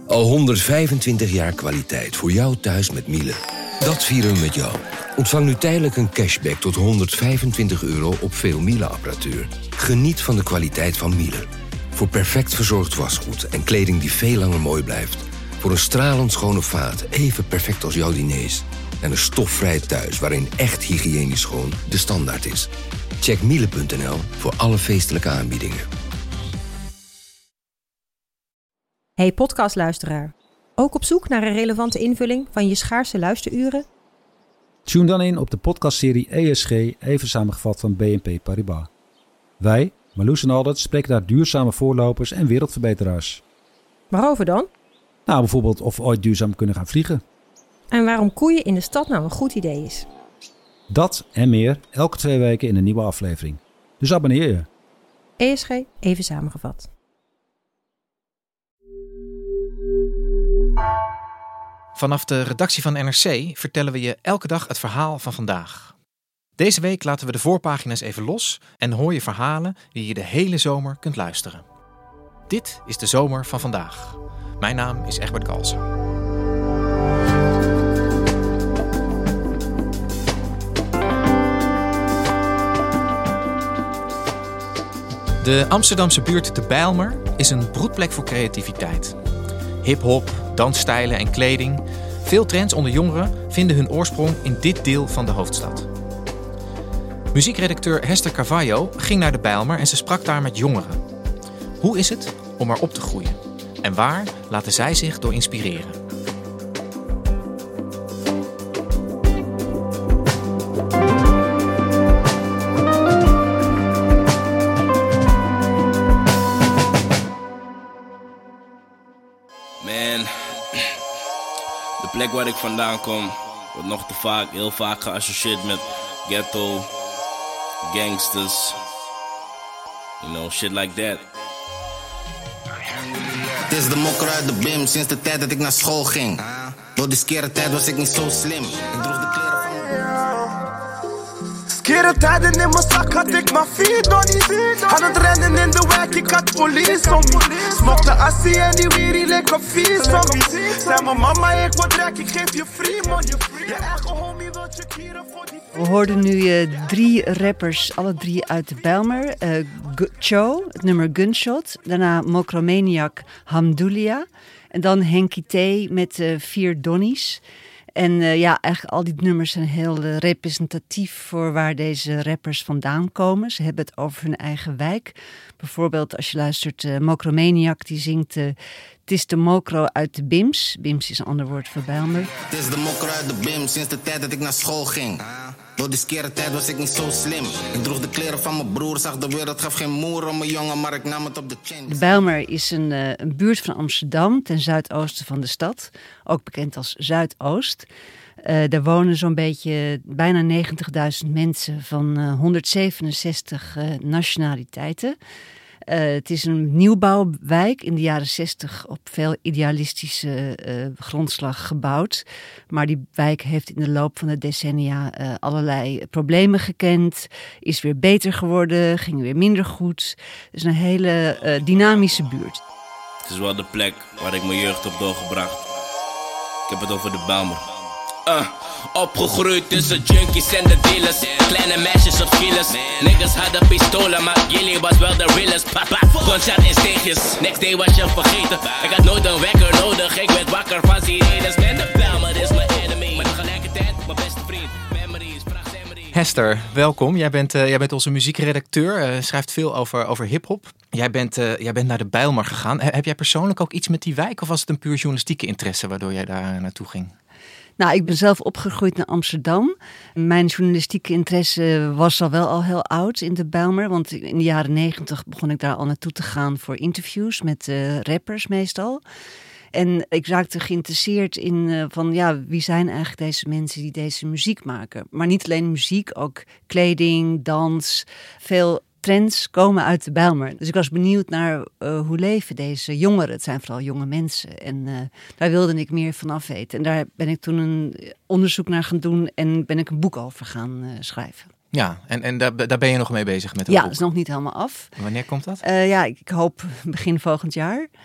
Al 125 jaar kwaliteit voor jou thuis met Miele. Dat vieren we met jou. Ontvang nu tijdelijk een cashback tot €125 op veel Miele-apparatuur. Geniet van de kwaliteit van Miele. Voor perfect verzorgd wasgoed en kleding die veel langer mooi blijft. Voor een stralend schone vaat, even perfect als jouw diners. En een stofvrij thuis waarin echt hygiënisch schoon de standaard is. Check miele.nl voor alle feestelijke aanbiedingen. Hey podcastluisteraar. Ook op zoek naar een relevante invulling van je schaarse luisteruren? Tune dan in op de podcastserie ESG, even samengevat van BNP Paribas. Wij, Marloes en Aldert, spreken daar duurzame voorlopers en wereldverbeteraars. Waarover dan? Nou, bijvoorbeeld of we ooit duurzaam kunnen gaan vliegen. En waarom koeien in de stad nou een goed idee is? Dat en meer elke 2 weken in een nieuwe aflevering. Dus abonneer je. ESG, even samengevat. Vanaf de redactie van NRC vertellen we je elke dag het verhaal van vandaag. Deze week laten we de voorpagina's even los en hoor je verhalen die je de hele zomer kunt luisteren. Dit is de zomer van vandaag. Mijn naam is Egbert Kalsen. De Amsterdamse buurt De Bijlmer is een broedplek voor creativiteit. Hip-hop, dansstijlen en kleding. Veel trends onder jongeren vinden hun oorsprong in dit deel van de hoofdstad. Muziekredacteur Hester Carvalho ging naar De Bijlmer en ze sprak daar met jongeren. Hoe is het om er op te groeien? En waar laten zij zich door inspireren? De plek waar ik vandaan kom wordt nog te vaak, heel vaak geassocieerd met ghetto, gangsters, you know, shit like that. Het is de mokker uit de bim sinds de tijd dat ik naar school ging. Door die skere tijd was ik niet zo slim. Ik droeg de kleren van skere tijden in mijn zak had ik maar 4 donnies. Aan het rennen in de wijk, ik had police om me. Smokte assie en die wierie leek op vies van me. Zei mijn mama, ik word rijk, ik geef je free money. Je eigen homie wilt je kieren voor die... We hoorden nu 3 rappers, alle 3 uit De Bijlmer. Cho, het nummer Gunshot. Daarna Mokromaniac, Hamdoulia. En dan Henky T met 4 donnies. En eigenlijk al die nummers zijn heel representatief voor waar deze rappers vandaan komen. Ze hebben het over hun eigen wijk. Bijvoorbeeld als je luistert, Mokromaniac die zingt... Het is de mokro uit de Bims. Bims is een ander woord voor Bijlmer. Het is de mokker uit de bim sinds de tijd dat ik naar school ging. Door die skere tijd was ik niet zo slim. Ik droeg de kleren van mijn broer, zag de wereld, gaf geen moer om mijn jongen, maar ik nam het op de chin. De Bijlmer is een buurt van Amsterdam, ten zuidoosten van de stad. Ook bekend als Zuidoost. Daar wonen zo'n beetje bijna 90.000 mensen van 167 nationaliteiten. Het is een nieuwbouwwijk in de jaren 60 op veel idealistische grondslag gebouwd. Maar die wijk heeft in de loop van de decennia allerlei problemen gekend. Is weer beter geworden, ging weer minder goed. Het is een hele dynamische buurt. Het is wel de plek waar ik mijn jeugd heb doorgebracht. Ik heb het over De Bijlmer. Opgegroeid tussen junkies en de dealers. Kleine meisjes of killers. Niggas hadden pistolen, maar jullie was wel de realest. Papa, gunshot in steegjes. Next day was je vergeten. Ik had nooit een wekker nodig. Ik werd wakker van sirenes. En De Bijlmer is mijn enemy. Maar tegelijkertijd mijn beste vriend. Memories, proximity. Hester, welkom. Jij bent onze muziekredacteur. Schrijft veel over hiphop. Jij bent naar De Bijlmer gegaan. Heb jij persoonlijk ook iets met die wijk? Of was het een puur journalistieke interesse waardoor jij daar naartoe ging? Nou, ik ben zelf opgegroeid naar Amsterdam. Mijn journalistieke interesse was al heel oud in De Bijlmer. Want in de jaren 90 begon ik daar al naartoe te gaan voor interviews met rappers meestal. En ik raakte geïnteresseerd in wie zijn eigenlijk deze mensen die deze muziek maken. Maar niet alleen muziek, ook kleding, dans, veel trends komen uit De Bijlmer. Dus ik was benieuwd naar hoe leven deze jongeren. Het zijn vooral jonge mensen. En daar wilde ik meer van af weten. En daar ben ik toen een onderzoek naar gaan doen en ben ik een boek over gaan schrijven. Ja, en daar ben je nog mee bezig met dat boek? boek? Dat is nog niet helemaal af. Wanneer komt dat? Ik hoop begin volgend jaar.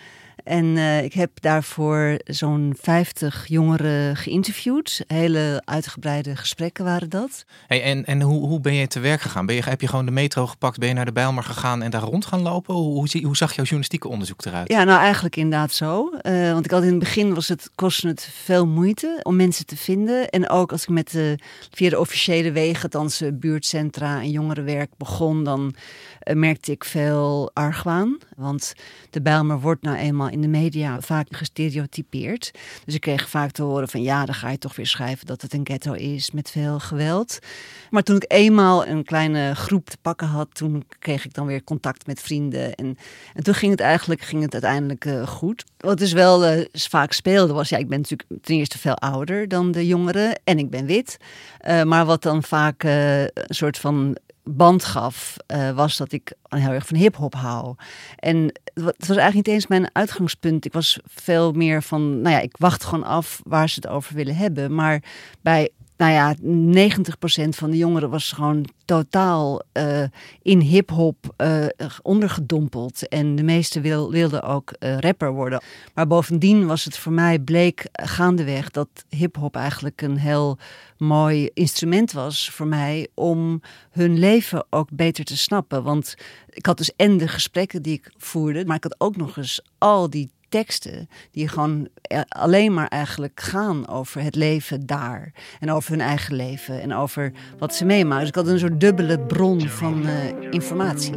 En ik heb daarvoor zo'n 50 jongeren geïnterviewd. Hele uitgebreide gesprekken waren dat. Hey, en hoe ben je te werk gegaan? Heb je gewoon de metro gepakt? Ben je naar de Bijlmer gegaan en daar rond gaan lopen? Hoe zag jouw journalistieke onderzoek eruit? Ja, nou eigenlijk inderdaad zo. Want ik had in het begin kostte het veel moeite om mensen te vinden. En ook als ik via de officiële wegen, althans buurtcentra en jongerenwerk begon, dan merkte ik veel argwaan. Want de Bijlmer wordt nou eenmaal in de media vaak gestereotypeerd. Dus ik kreeg vaak te horen van ja, dan ga je toch weer schrijven dat het een ghetto is met veel geweld. Maar toen ik eenmaal een kleine groep te pakken had, toen kreeg ik dan weer contact met vrienden. En toen ging het uiteindelijk goed. Wat dus wel vaak speelde was, ja, ik ben natuurlijk ten eerste veel ouder dan de jongeren en ik ben wit. Maar wat dan vaak een soort van band gaf, was dat ik heel erg van hiphop hou. En het was eigenlijk niet eens mijn uitgangspunt. Ik was veel meer van, ik wacht gewoon af waar ze het over willen hebben. Maar bij 90% van de jongeren was gewoon totaal in hiphop ondergedompeld. En de meesten wilden ook rapper worden. Maar bovendien was het voor mij, bleek gaandeweg dat hiphop eigenlijk een heel mooi instrument was voor mij om hun leven ook beter te snappen. Want ik had dus en de gesprekken die ik voerde, maar ik had ook nog eens al die teksten die gewoon alleen maar eigenlijk gaan over het leven daar. En over hun eigen leven en over wat ze meemaken. Dus ik had een soort dubbele bron van informatie.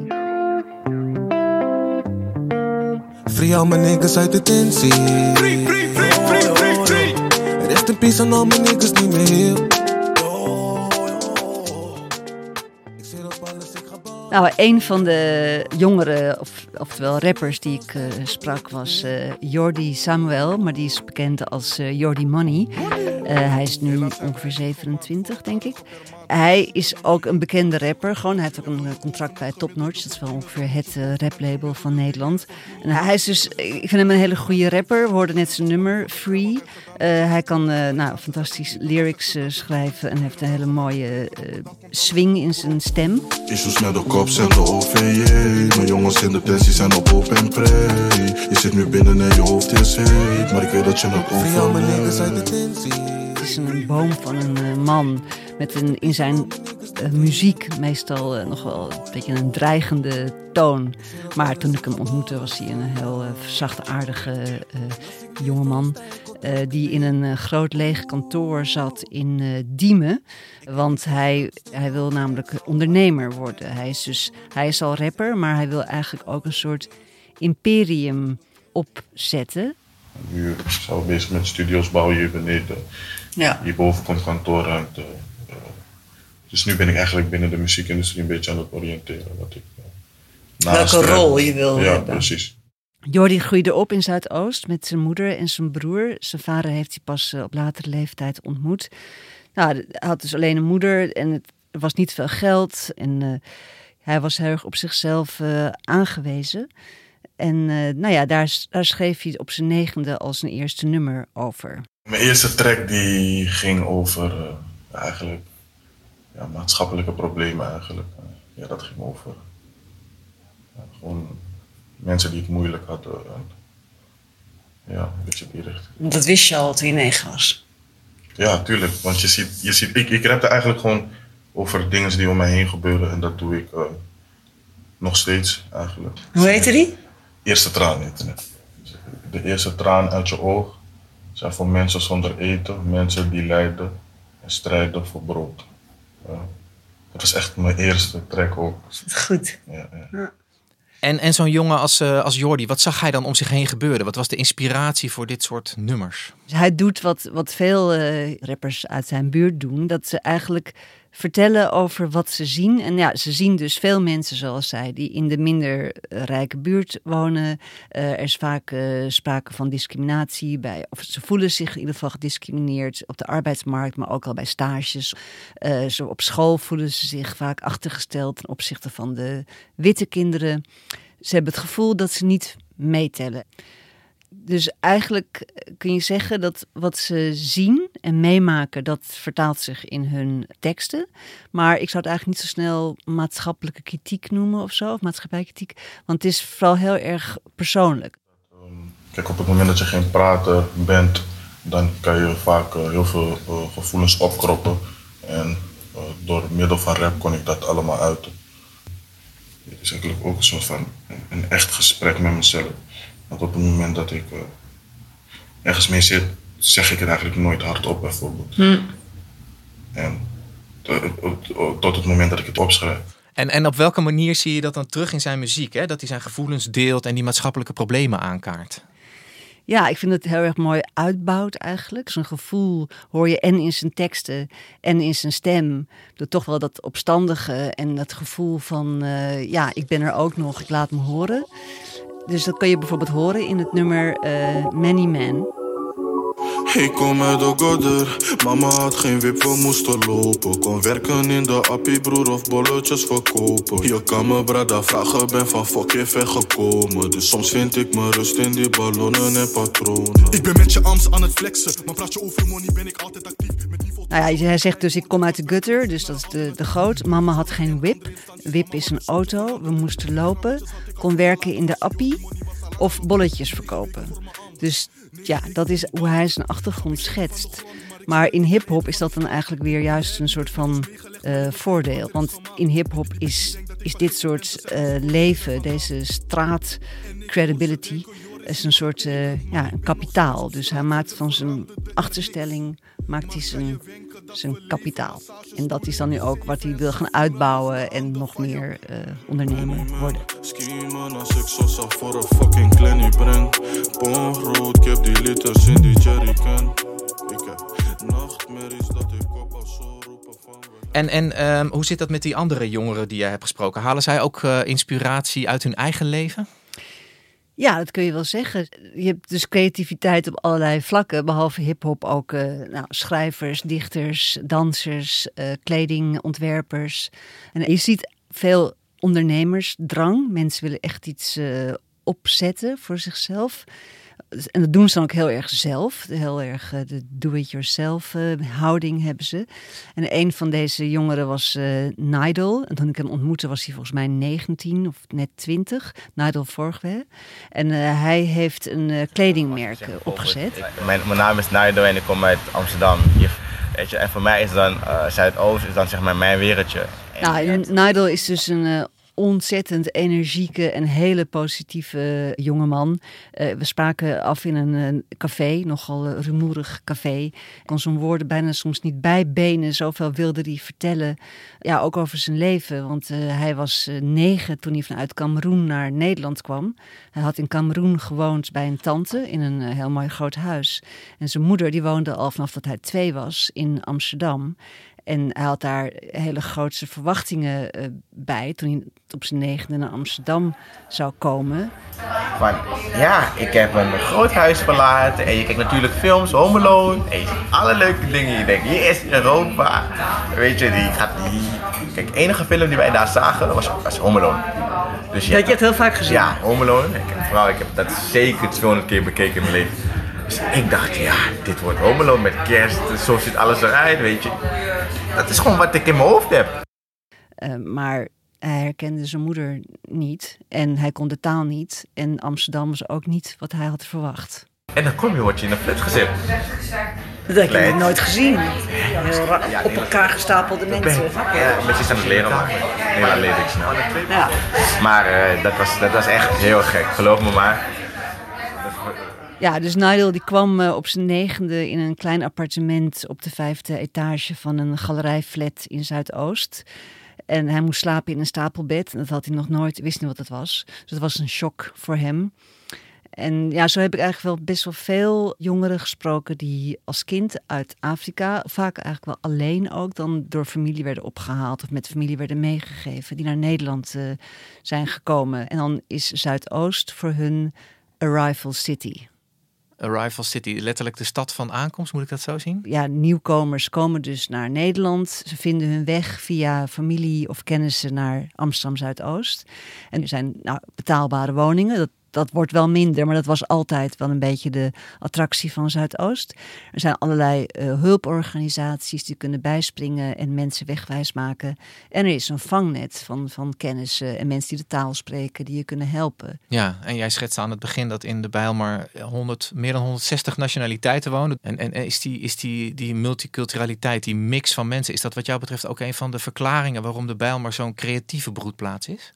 Free al mijn niggas uit de tensie. Rest in peace aan al mijn niggas niet meer heel. Nou, een van de jongeren, oftewel rappers die ik sprak, was Jordi Samuel. Maar die is bekend als Jordi Money. Hij is nu ongeveer 27, denk ik. Hij is ook een bekende rapper. Hij heeft ook een contract bij Top Notch. Dat is wel ongeveer het raplabel van Nederland. En hij is dus, ik vind hem een hele goede rapper. We hoorden net zijn nummer, Free. Hij kan fantastisch lyrics schrijven en heeft een hele mooie swing in zijn stem. Issues met de kop zijn de OVJ. Mijn jongens in de tensie zijn op hoop en prey. Je zit nu binnen en je hoofd is heet. Maar ik weet dat je het overleeft. Het is een boom van een man met in zijn muziek meestal nog wel een beetje een dreigende toon. Maar toen ik hem ontmoette was hij een heel zachtaardige jongeman. Die in een groot leeg kantoor zat in Diemen. Want hij wil namelijk ondernemer worden. Hij is al rapper, maar hij wil eigenlijk ook een soort imperium opzetten. Nu zijn we bezig met studio's bouwen hier beneden. Ja. Hierboven komt kantoorruimte. Dus nu ben ik eigenlijk binnen de muziekindustrie een beetje aan het oriënteren. Wat ik welke rol je wil hebben. Ja, precies. Jordi groeide op in Zuidoost met zijn moeder en zijn broer. Zijn vader heeft hij pas op latere leeftijd ontmoet. Nou, hij had dus alleen een moeder en er was niet veel geld. En hij was heel erg op zichzelf aangewezen. En daar schreef hij op zijn 9e als zijn eerste nummer over. Mijn eerste track die ging over eigenlijk maatschappelijke problemen eigenlijk. Dat ging over gewoon mensen die het moeilijk hadden. Een beetje die richting. Dat wist je al toen je 9 was? Ja, tuurlijk. Want je ziet ik rapte eigenlijk gewoon over dingen die om mij heen gebeuren. En dat doe ik nog steeds eigenlijk. Hoe heette die? Eerste traan heette het. De eerste traan uit je oog zijn voor mensen zonder eten. Mensen die lijden en strijden voor brood. Dat was echt mijn eerste track ook. Goed. Ja. En zo'n jongen als Jordi, wat zag hij dan om zich heen gebeuren? Wat was de inspiratie voor dit soort nummers? Hij doet wat veel rappers uit zijn buurt doen. Dat ze eigenlijk vertellen over wat ze zien. En ze zien dus veel mensen zoals zij die in de minder rijke buurt wonen. Er is vaak sprake van discriminatie of ze voelen zich in ieder geval gediscrimineerd op de arbeidsmarkt, maar ook al bij stages. Zo op school voelen ze zich vaak achtergesteld ten opzichte van de witte kinderen. Ze hebben het gevoel dat ze niet meetellen. Dus eigenlijk kun je zeggen dat wat ze zien en meemaken, dat vertaalt zich in hun teksten. Maar ik zou het eigenlijk niet zo snel maatschappelijke kritiek noemen of zo, of maatschappijkritiek. Want het is vooral heel erg persoonlijk. Kijk, op het moment dat je geen prater bent, dan kan je vaak heel veel gevoelens opkroppen. En door middel van rap kon ik dat allemaal uiten. Het is eigenlijk ook een soort van een echt gesprek met mezelf. Want op het moment dat ik ergens mee zit, zeg ik het eigenlijk nooit hardop bijvoorbeeld. En tot het moment dat ik het opschrijf. En op welke manier zie je dat dan terug in zijn muziek? Hè? Dat hij zijn gevoelens deelt en die maatschappelijke problemen aankaart. Ja, ik vind het heel erg mooi uitbouwd eigenlijk. Zijn gevoel hoor je en in zijn teksten en in zijn stem. Toch wel dat opstandige en dat gevoel van... ik ben er ook nog, ik laat me horen. Dus dat kan je bijvoorbeeld horen in het nummer Many Men. Ik kom uit de godder, mama had geen wip, we moesten lopen. Kon werken in de appie, broer, of bolletjes verkopen. Je kan me brada vragen, ben van fucking ver gekomen. Dus soms vind ik me rust in die ballonnen en patronen. Ik ben met je arms aan het flexen, maar praat je over money, ben ik altijd actief. Hij zegt dus, ik kom uit de gutter, dus dat is de goot. Mama had geen whip. Whip is een auto, we moesten lopen. Kon werken in de appie of bolletjes verkopen. Dus ja, dat is hoe hij zijn achtergrond schetst. Maar in hiphop is dat dan eigenlijk weer juist een soort van voordeel. Want in hiphop is dit soort leven, deze straat credibility, is een soort een kapitaal. Dus hij maakt van zijn achterstelling zijn kapitaal. En dat is dan nu ook wat hij wil gaan uitbouwen en nog meer ondernemer worden. Schiemen als ik zo zag voor een fucking kleine breng. Pongrood, ik heb die liters in die jerrycan. Ik heb nachtmerries dat ik op als zo roepen van... En hoe zit dat met die andere jongeren die jij hebt gesproken? Halen zij ook inspiratie uit hun eigen leven? Ja, dat kun je wel zeggen. Je hebt dus creativiteit op allerlei vlakken. Behalve hiphop ook schrijvers, dichters, dansers, kledingontwerpers. En je ziet veel ondernemersdrang. Mensen willen echt iets opzetten voor zichzelf. En dat doen ze dan ook heel erg zelf. Heel erg de do-it-yourself houding hebben ze. En een van deze jongeren was Nidal. En toen ik hem ontmoette was hij volgens mij 19 of net 20. Nidal Vorgwe. En hij heeft een kledingmerk opgezet. Mijn naam is Nidal en ik kom uit Amsterdam. Weet je, en voor mij is dan Zuidoost is dan zeg maar mijn wereldje. Nidal is dus een ontzettend energieke en hele positieve jongeman. We spraken af in een café, nogal rumoerig café. Ik kon zijn woorden bijna soms niet bijbenen. Zoveel wilde hij vertellen. Ja, ook over zijn leven. Want hij was 9 toen hij vanuit Kameroen naar Nederland kwam. Hij had in Kameroen gewoond bij een tante in een heel mooi groot huis. En zijn moeder die woonde al vanaf dat hij 2 was in Amsterdam. En hij had daar hele grootse verwachtingen bij toen hij op zijn 9e naar Amsterdam zou komen. Van ja, ik heb een groot huis verlaten en je kijkt natuurlijk films, Home Alone. En je ziet alle leuke dingen. Je denkt, hier is Europa. Weet je, Kijk, de enige film die wij daar zagen was Home Alone. Dus dat je het heel vaak gezien? Ja, Home Alone. Ik heb dat zeker 200 keer bekeken in mijn leven. Dus ik dacht, ja, dit wordt Home Alone met kerst. Zo ziet alles eruit, weet je. Dat is gewoon wat ik in mijn hoofd heb. Maar hij herkende zijn moeder niet. En hij kon de taal niet. En Amsterdam was ook niet wat hij had verwacht. En dan word je in een flat gezet. Dat heb ik nog nooit gezien. Heel op elkaar gestapelde mensen. Ja, met je aan het leren maken. Heel leer ik snel. Ja. Maar dat was echt heel gek. Geloof me maar. Ja, dus Nidal die kwam op zijn 9e in een klein appartement op de 5e etage van een galerijflat in Zuidoost. En hij moest slapen in een stapelbed. En dat had hij nog nooit, wist niet wat het was. Dus dat was een shock voor hem. En ja, zo heb ik eigenlijk wel best wel veel jongeren gesproken die als kind uit Afrika, vaak eigenlijk wel alleen ook, dan door familie werden opgehaald of met familie werden meegegeven, die naar Nederland zijn gekomen. En dan is Zuidoost voor hun Arrival City. Arrival City, letterlijk de stad van aankomst, moet ik dat zo zien? Ja, nieuwkomers komen dus naar Nederland. Ze vinden hun weg via familie of kennissen naar Amsterdam Zuidoost. En er zijn betaalbare woningen, dat wordt wel minder, maar dat was altijd wel een beetje de attractie van Zuidoost. Er zijn allerlei hulporganisaties die kunnen bijspringen en mensen wegwijs maken. En er is een vangnet van kennissen en mensen die de taal spreken die je kunnen helpen. Ja, en jij schetste aan het begin dat in de Bijlmer meer dan 160 nationaliteiten wonen. En is die multiculturaliteit, die mix van mensen, is dat wat jou betreft ook een van de verklaringen waarom de Bijlmer zo'n creatieve broedplaats is?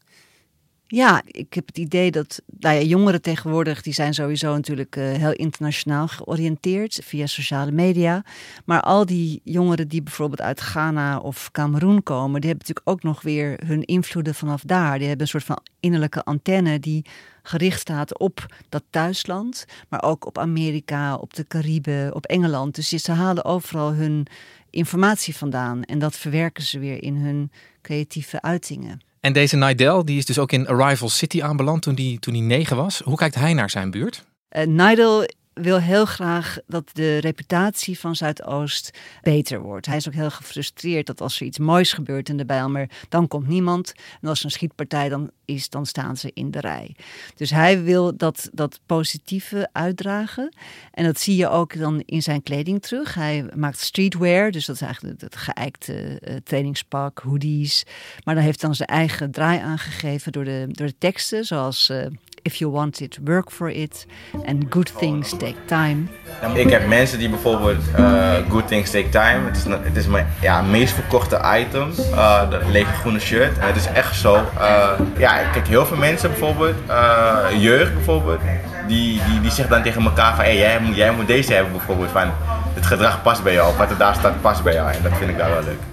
Ja, ik heb het idee dat jongeren tegenwoordig, die zijn sowieso natuurlijk heel internationaal georiënteerd via sociale media. Maar al die jongeren die bijvoorbeeld uit Ghana of Kameroen komen, die hebben natuurlijk ook nog weer hun invloeden vanaf daar. Die hebben een soort van innerlijke antenne die gericht staat op dat thuisland, maar ook op Amerika, op de Cariben, op Engeland. Dus ze halen overal hun informatie vandaan en dat verwerken ze weer in hun creatieve uitingen. En deze Nidal, die is dus ook in Arrival City aanbeland toen hij 9 was. Hoe kijkt hij naar zijn buurt? Nidal wil heel graag dat de reputatie van Zuidoost beter wordt. Hij is ook heel gefrustreerd dat als er iets moois gebeurt in de Bijlmer, dan komt niemand. En als er een schietpartij dan staan ze in de rij. Dus hij wil dat positieve uitdragen. En dat zie je ook dan in zijn kleding terug. Hij maakt streetwear, dus dat is eigenlijk het geëikte trainingspak, hoodies. Maar dan heeft dan zijn eigen draai aangegeven door de teksten, zoals If you want it, work for it. And good things take time. Ik heb mensen die bijvoorbeeld Good Things Take Time. Het is mijn meest verkochte item. Dat lege groene shirt. En het is echt zo. Kijk, heel veel mensen bijvoorbeeld, jeugd bijvoorbeeld, die zegt dan tegen elkaar van jij moet deze hebben bijvoorbeeld. Van het gedrag past bij jou. Of wat er daar staat past bij jou. En dat vind ik daar wel leuk.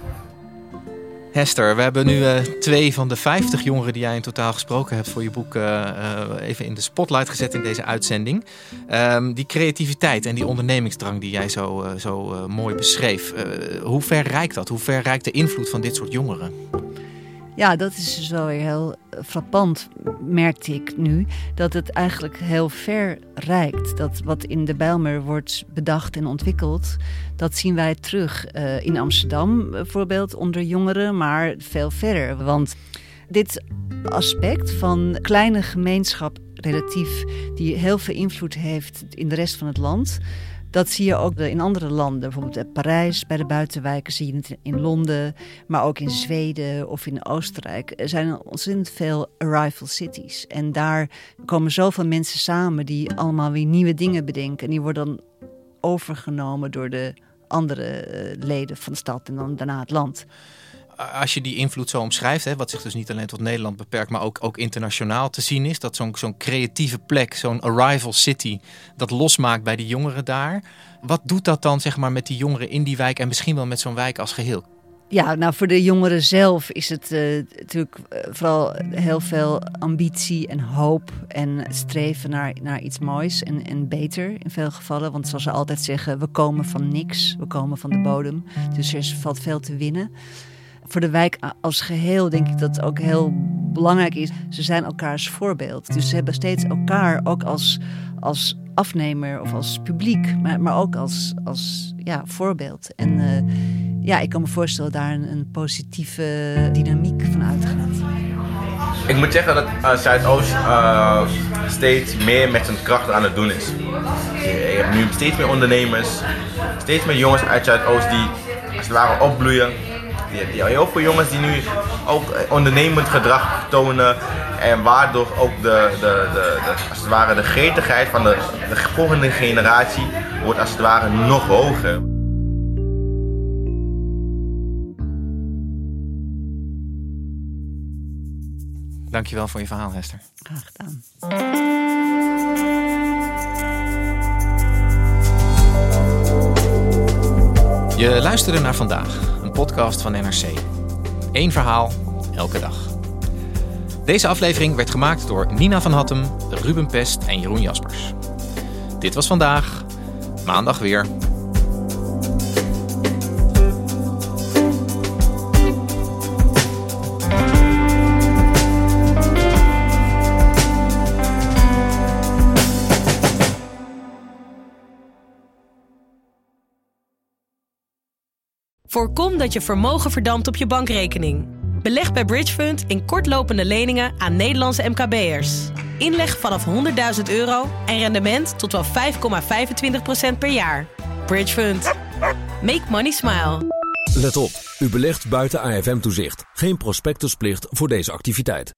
Hester, we hebben nu 2 van de 50 jongeren die jij in totaal gesproken hebt voor je boek even in de spotlight gezet in deze uitzending. Die creativiteit en die ondernemingsdrang die jij zo mooi beschreef. Hoe ver reikt dat? Hoe ver reikt de invloed van dit soort jongeren? Ja, dat is dus wel weer heel frappant, merkte ik nu. Dat het eigenlijk heel ver reikt. Dat wat in de Bijlmer wordt bedacht en ontwikkeld, dat zien wij terug in Amsterdam bijvoorbeeld onder jongeren, maar veel verder. Want dit aspect van kleine gemeenschap relatief, die heel veel invloed heeft in de rest van het land, dat zie je ook in andere landen. Bijvoorbeeld in Parijs, bij de buitenwijken, zie je het in Londen, maar ook in Zweden of in Oostenrijk. Er zijn ontzettend veel arrival cities. En daar komen zoveel mensen samen die allemaal weer nieuwe dingen bedenken. En die worden dan overgenomen door de andere leden van de stad en dan daarna het land. Als je die invloed zo omschrijft, wat zich dus niet alleen tot Nederland beperkt, maar ook internationaal te zien is, dat zo'n creatieve plek, zo'n arrival city, dat losmaakt bij die jongeren daar. Wat doet dat dan zeg maar met die jongeren in die wijk en misschien wel met zo'n wijk als geheel? Ja, nou voor de jongeren zelf is het natuurlijk vooral heel veel ambitie en hoop en streven naar iets moois en beter in veel gevallen. Want zoals ze altijd zeggen, we komen van niks, we komen van de bodem. Dus er valt veel te winnen. Voor de wijk als geheel denk ik dat het ook heel belangrijk is. Ze zijn elkaars voorbeeld. Dus ze hebben steeds elkaar ook als afnemer of als publiek, maar ook als voorbeeld. En ik kan me voorstellen daar een positieve dynamiek van uitgaat. Ik moet zeggen dat Zuidoost steeds meer met zijn krachten aan het doen is. Je hebt nu steeds meer ondernemers, steeds meer jongens uit Zuidoost die als het ware opbloeien. Heel veel jongens die nu ook ondernemend gedrag tonen en waardoor ook als het ware de gretigheid van de volgende generatie wordt als het ware nog hoger. Dankjewel voor je verhaal, Hester. Graag gedaan. Je luisterde naar Vandaag, een podcast van NRC. 1 verhaal, elke dag. Deze aflevering werd gemaakt door Nina van Hattem, Ruben Pest en Jeroen Jaspers. Dit was Vandaag, maandag weer. Voorkom dat je vermogen verdampt op je bankrekening. Beleg bij Bridgefund in kortlopende leningen aan Nederlandse MKB'ers. Inleg vanaf €100.000 en rendement tot wel 5,25% per jaar. Bridge Fund. Make money smile. Let op, u belegt buiten AFM-toezicht. Geen prospectusplicht voor deze activiteit.